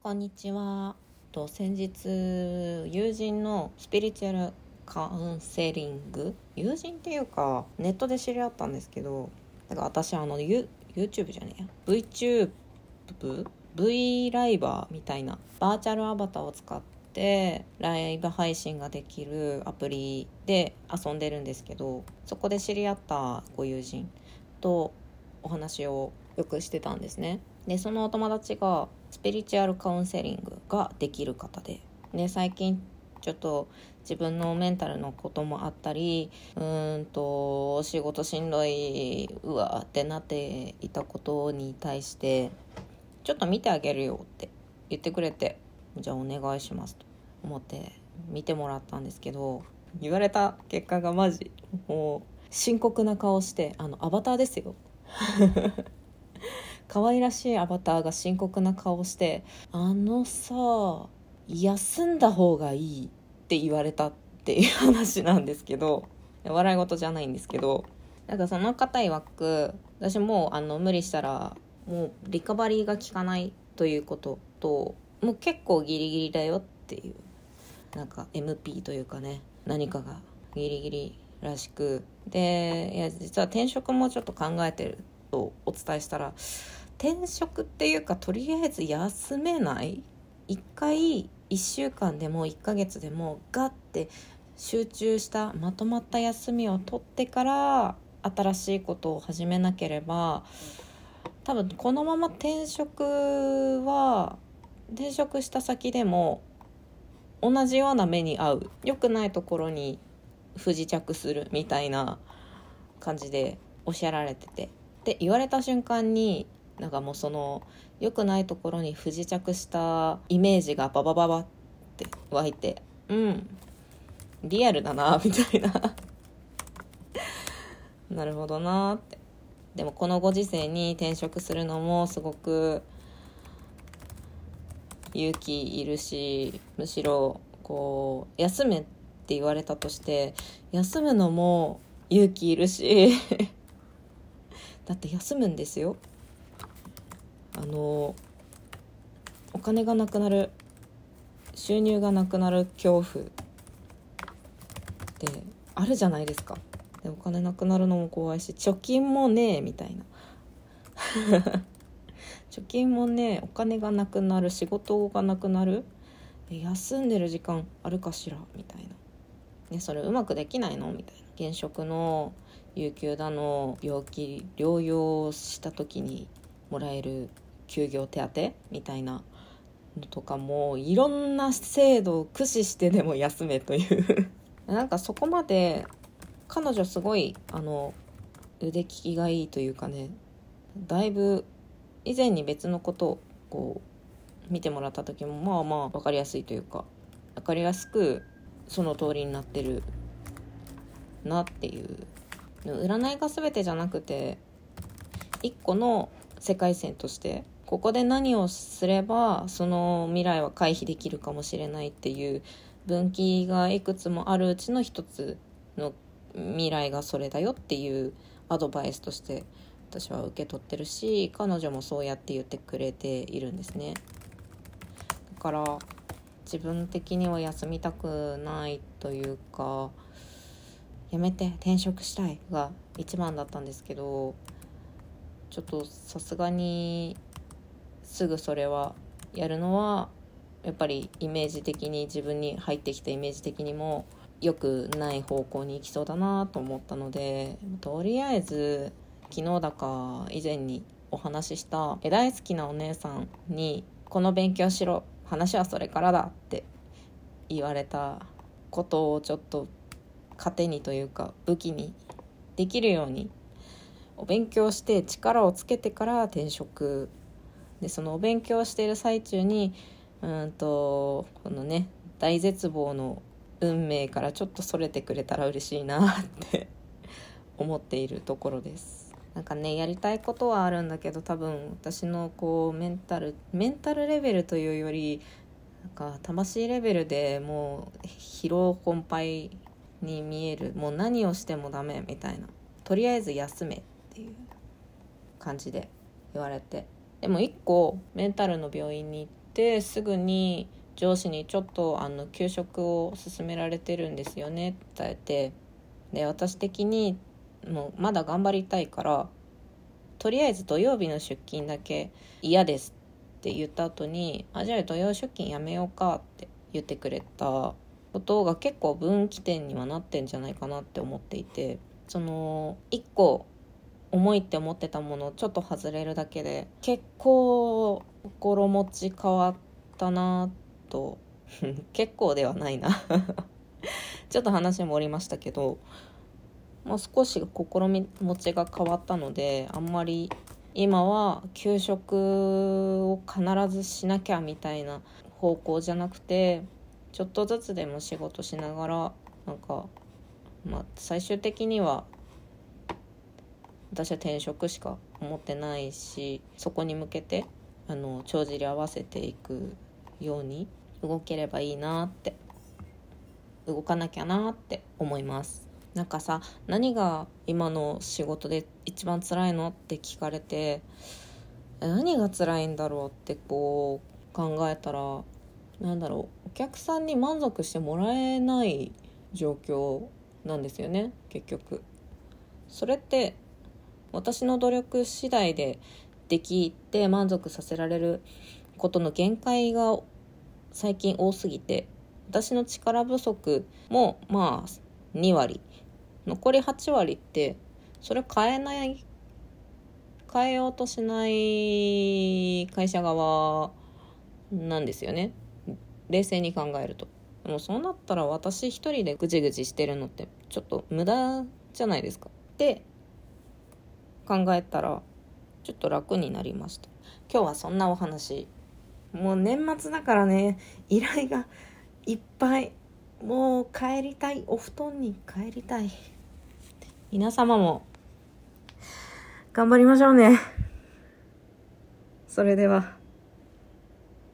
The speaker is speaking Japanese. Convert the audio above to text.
こんにちは。先日友人のスピリチュアルカウンセリング、友人っていうかネットで知り合ったんですけど、だから私YouTube じゃねえや V ライバーみたいなバーチャルアバターを使ってライブ配信ができるアプリで遊んでるんですけど、そこで知り合ったご友人とお話をよくしてたんですね。でそのお友達がスピリチュアルカウンセリングができる方で、最近ちょっと自分のメンタルのこともあったり、仕事しんどいうわってなっていたことに対してちょっと見てあげるよって言ってくれて、じゃあお願いしますと思って見てもらったんですけど、言われた結果がマジもう深刻な顔して、アバターですよ可愛らしいアバターが深刻な顔して、さ休んだ方がいいって言われたっていう話なんですけど、笑い事じゃないんですけど、なんかその方曰く、私も無理したらもうリカバリーが効かないということと、もう結構ギリギリだよっていう、なんか MP というかね、何かがギリギリらしく、でいや実は転職もちょっと考えてるとお伝えしたら、転職っていうかとりあえず休めない、一回1週間でも1ヶ月でもガッて集中したまとまった休みを取ってから新しいことを始めなければ、多分このまま転職した先でも同じような目に遭う、良くないところに不時着するみたいな感じでおっしゃられてて、で言われた瞬間になんかもうその良くないところに不時着したイメージがババババって湧いて、リアルだなみたいななるほどなって。でもこのご時世に転職するのもすごく勇気いるし、むしろこう休めって言われたとして休むのも勇気いるしだって休むんですよ。お金がなくなる、収入がなくなる恐怖ってあるじゃないですか。でお金なくなるのも怖いし、貯金もねえみたいな貯金もねえ、お金がなくなる、仕事がなくなる、休んでる時間あるかしらみたいな、それうまくできないのみたいな。現職の有給だの、病気療養した時にもらえる休業手当みたいなのとかも、いろんな制度を駆使してでも休めというなんかそこまで彼女すごい腕利きがいいというかね、だいぶ以前に別のことをこう見てもらった時もまあまあ分かりやすいというか、分かりやすくその通りになってるなっていう。占いが全てじゃなくて、一個の世界線としてここで何をすればその未来は回避できるかもしれないっていう分岐がいくつもあるうちの一つの未来がそれだよっていうアドバイスとして私は受け取ってるし、彼女もそうやって言ってくれているんですね。だから自分的には休みたくないというか、やめて転職したいが一番だったんですけど、ちょっとさすがにすぐそれはやるのはやっぱりイメージ的に、自分に入ってきたイメージ的にも良くない方向に行きそうだなと思ったので、とりあえず昨日だか以前にお話しした大好きなお姉さんに、この勉強しろ、話はそれからだって言われたことをちょっと糧にというか武器にできるようにお勉強して力をつけてから転職で、そのお勉強している最中にこのね大絶望の運命からちょっとそれてくれたら嬉しいなって思っているところです。なんかね、やりたいことはあるんだけど、多分私のこうメンタルレベルというより、なんか魂レベルでもう疲労困憊に見える、もう何をしてもダメみたいな、とりあえず休めっていう感じで言われて、でも一個メンタルの病院に行ってすぐに上司にちょっと休職を勧められてるんですよねって伝えて、で私的にもうまだ頑張りたいからとりあえず土曜日の出勤だけ嫌ですって言った後に、じゃあ土曜出勤やめようかって言ってくれたことが結構分岐点にはなってんじゃないかなって思っていて、その一個重いって思ってたものをちょっと外れるだけで結構心持ち変わったなと結構ではないなちょっと話盛りましたけど、少し心持ちが変わったので、あんまり今は休職を必ずしなきゃみたいな方向じゃなくて、ちょっとずつでも仕事しながら最終的には私は転職しか思ってないし、そこに向けて帳尻合わせていくように動ければいいなって、動かなきゃなって思います。なんかさ、何が今の仕事で一番辛いのって聞かれて、何が辛いんだろうってこう考えたら、お客さんに満足してもらえない状況なんですよね。結局それって私の努力次第でできて満足させられることの限界が最近多すぎて、私の力不足も2割、残り8割ってそれ変えようとしない会社側なんですよね、冷静に考えると。でもそうなったら私一人でぐじぐじしてるのってちょっと無駄じゃないですかって考えたらちょっと楽になりました。今日はそんなお話。もう年末だからね、依頼がいっぱい。もう帰りたい、お布団に帰りたい。皆様も頑張りましょうね。それでは。